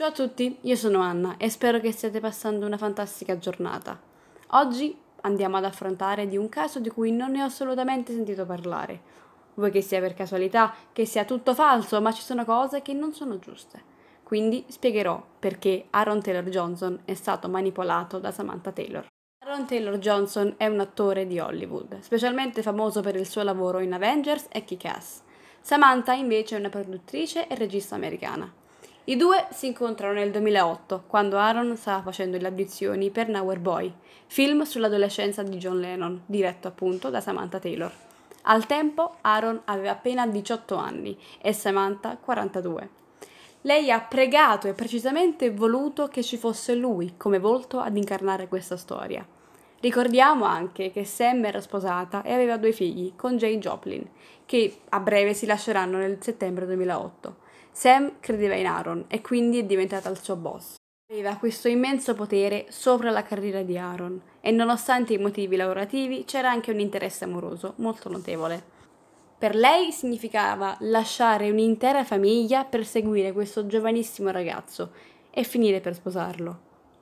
Ciao a tutti, io sono Anna e spero che stiate passando una fantastica giornata. Oggi andiamo ad affrontare di un caso di cui non ne ho assolutamente sentito parlare. Vuoi che sia per casualità, che sia tutto falso, ma ci sono cose che non sono giuste. Quindi spiegherò perché Aaron Taylor Johnson è stato manipolato da Samantha Taylor. Aaron Taylor Johnson è un attore di Hollywood, specialmente famoso per il suo lavoro in Avengers e Kick-Ass. Samantha invece è una produttrice e regista americana. I due si incontrano nel 2008, quando Aaron stava facendo le audizioni per Nowhere Boy, film sull'adolescenza di John Lennon, diretto appunto da Samantha Taylor. Al tempo Aaron aveva appena 18 anni e Samantha 42. Lei ha pregato e precisamente voluto che ci fosse lui come volto ad incarnare questa storia. Ricordiamo anche che Sam era sposata e aveva 2 figli con Jane Joplin, che a breve si lasceranno nel settembre 2008. Sam credeva in Aaron e quindi è diventata il suo boss. Aveva questo immenso potere sopra la carriera di Aaron e nonostante i motivi lavorativi c'era anche un interesse amoroso molto notevole. Per lei significava lasciare un'intera famiglia per seguire questo giovanissimo ragazzo e finire per sposarlo.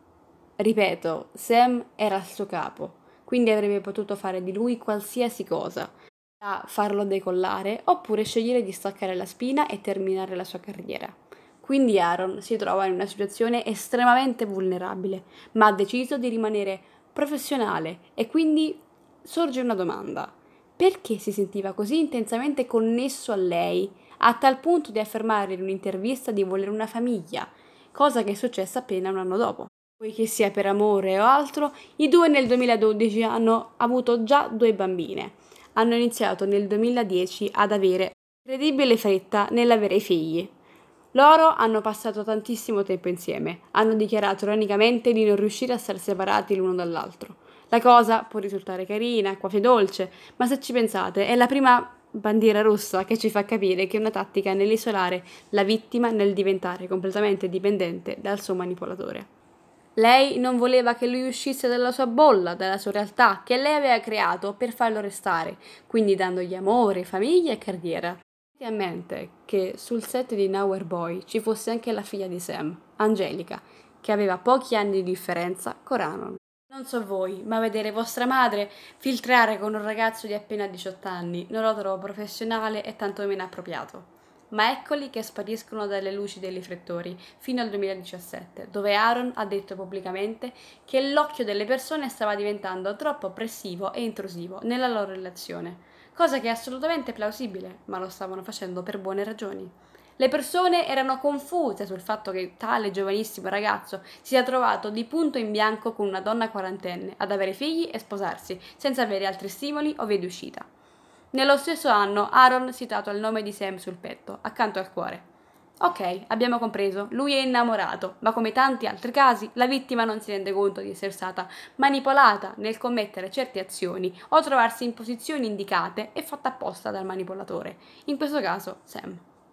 Ripeto, Sam era il suo capo, quindi avrebbe potuto fare di lui qualsiasi cosa, da farlo decollare oppure scegliere di staccare la spina e terminare la sua carriera. Quindi Aaron si trova in una situazione estremamente vulnerabile, ma ha deciso di rimanere professionale e quindi sorge una domanda. Perché si sentiva così intensamente connesso a lei, a tal punto di affermare in un'intervista di volere una famiglia, cosa che è successa appena un anno dopo? Poiché sia per amore o altro, i due nel 2012 hanno avuto già 2 bambine. Hanno iniziato nel 2010 ad avere incredibile fretta nell'avere figli. Loro hanno passato tantissimo tempo insieme, hanno dichiarato ironicamente di non riuscire a stare separati l'uno dall'altro. La cosa può risultare carina, quasi dolce, ma se ci pensate è la prima bandiera rossa che ci fa capire che è una tattica nell'isolare la vittima nel diventare completamente dipendente dal suo manipolatore. Lei non voleva che lui uscisse dalla sua bolla, dalla sua realtà, che lei aveva creato per farlo restare, quindi dandogli amore, famiglia e carriera. Metti a mente che sul set di Nowhere Boy ci fosse anche la figlia di Sam, Angelica, che aveva pochi anni di differenza con Aaron. Non so voi, ma vedere vostra madre filtrare con un ragazzo di appena 18 anni non lo trovo professionale e tantomeno appropriato. Ma eccoli che spariscono dalle luci dei riflettori fino al 2017, dove Aaron ha detto pubblicamente che l'occhio delle persone stava diventando troppo oppressivo e intrusivo nella loro relazione, cosa che è assolutamente plausibile, ma lo stavano facendo per buone ragioni. Le persone erano confuse sul fatto che tale giovanissimo ragazzo si sia trovato di punto in bianco con una donna quarantenne ad avere figli e sposarsi, senza avere altri stimoli o vie d'uscita. Nello stesso anno Aaron si tatua il nome di Sam sul petto, accanto al cuore. Ok, abbiamo compreso, lui è innamorato, ma come tanti altri casi, la vittima non si rende conto di essere stata manipolata nel commettere certe azioni o trovarsi in posizioni indicate e fatta apposta dal manipolatore, in questo caso Sam.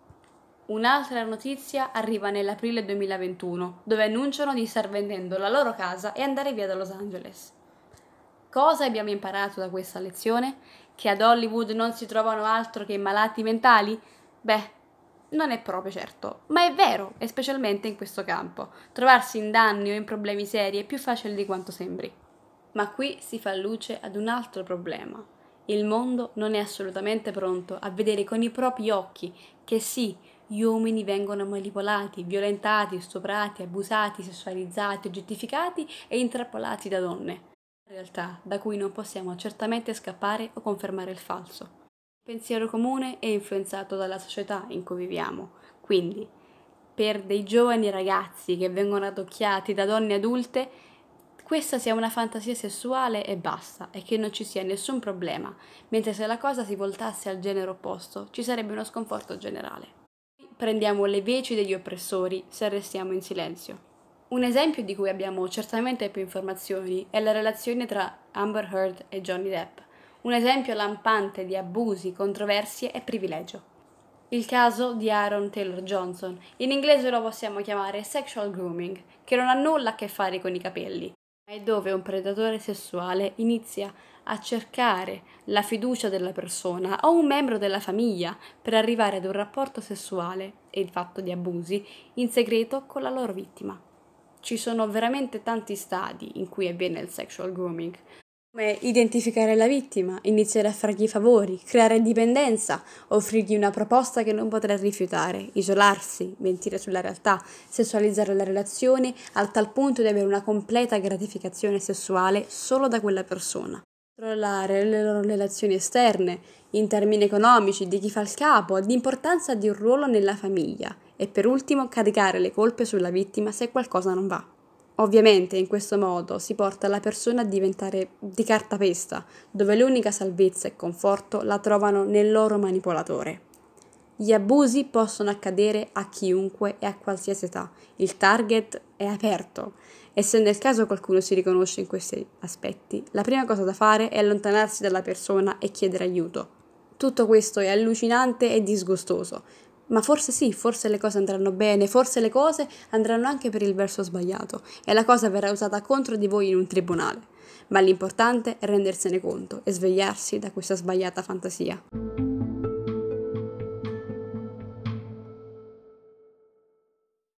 Un'altra notizia arriva nell'aprile 2021, dove annunciano di star vendendo la loro casa e andare via da Los Angeles. Cosa abbiamo imparato da questa lezione? Che ad Hollywood non si trovano altro che malati mentali? Beh, non è proprio certo, ma è vero, e specialmente in questo campo. Trovarsi in danni o in problemi seri è più facile di quanto sembri. Ma qui si fa luce ad un altro problema. Il mondo non è assolutamente pronto a vedere con i propri occhi che sì, gli uomini vengono manipolati, violentati, stuprati, abusati, sessualizzati, oggettificati e intrappolati da donne. Realtà da cui non possiamo certamente scappare o confermare il falso. Il pensiero comune è influenzato dalla società in cui viviamo, quindi per dei giovani ragazzi che vengono adocchiati da donne adulte, questa sia una fantasia sessuale e basta, e che non ci sia nessun problema, mentre se la cosa si voltasse al genere opposto ci sarebbe uno sconforto generale. Prendiamo le veci degli oppressori se restiamo in silenzio. Un esempio di cui abbiamo certamente più informazioni è la relazione tra Amber Heard e Johnny Depp, un esempio lampante di abusi, controversie e privilegio. Il caso di Aaron Taylor Johnson, in inglese lo possiamo chiamare sexual grooming, che non ha nulla a che fare con i capelli, ma è dove un predatore sessuale inizia a cercare la fiducia della persona o un membro della famiglia per arrivare ad un rapporto sessuale e il fatto di abusi in segreto con la loro vittima. Ci sono veramente tanti stadi in cui avviene il sexual grooming, come identificare la vittima, iniziare a fargli i favori, creare dipendenza, offrirgli una proposta che non potrà rifiutare, isolarsi, mentire sulla realtà, sessualizzare la relazione al tal punto di avere una completa gratificazione sessuale solo da quella persona. Controllare le loro relazioni esterne, in termini economici, di chi fa il capo, l'importanza di un ruolo nella famiglia e per ultimo caricare le colpe sulla vittima se qualcosa non va. Ovviamente in questo modo si porta la persona a diventare di cartapesta, dove l'unica salvezza e conforto la trovano nel loro manipolatore. Gli abusi possono accadere a chiunque e a qualsiasi età. Il target è aperto e se nel caso qualcuno si riconosce in questi aspetti, la prima cosa da fare è allontanarsi dalla persona e chiedere aiuto. Tutto questo è allucinante e disgustoso, ma forse sì, forse le cose andranno bene, forse le cose andranno anche per il verso sbagliato e la cosa verrà usata contro di voi in un tribunale. Ma l'importante è rendersene conto e svegliarsi da questa sbagliata fantasia.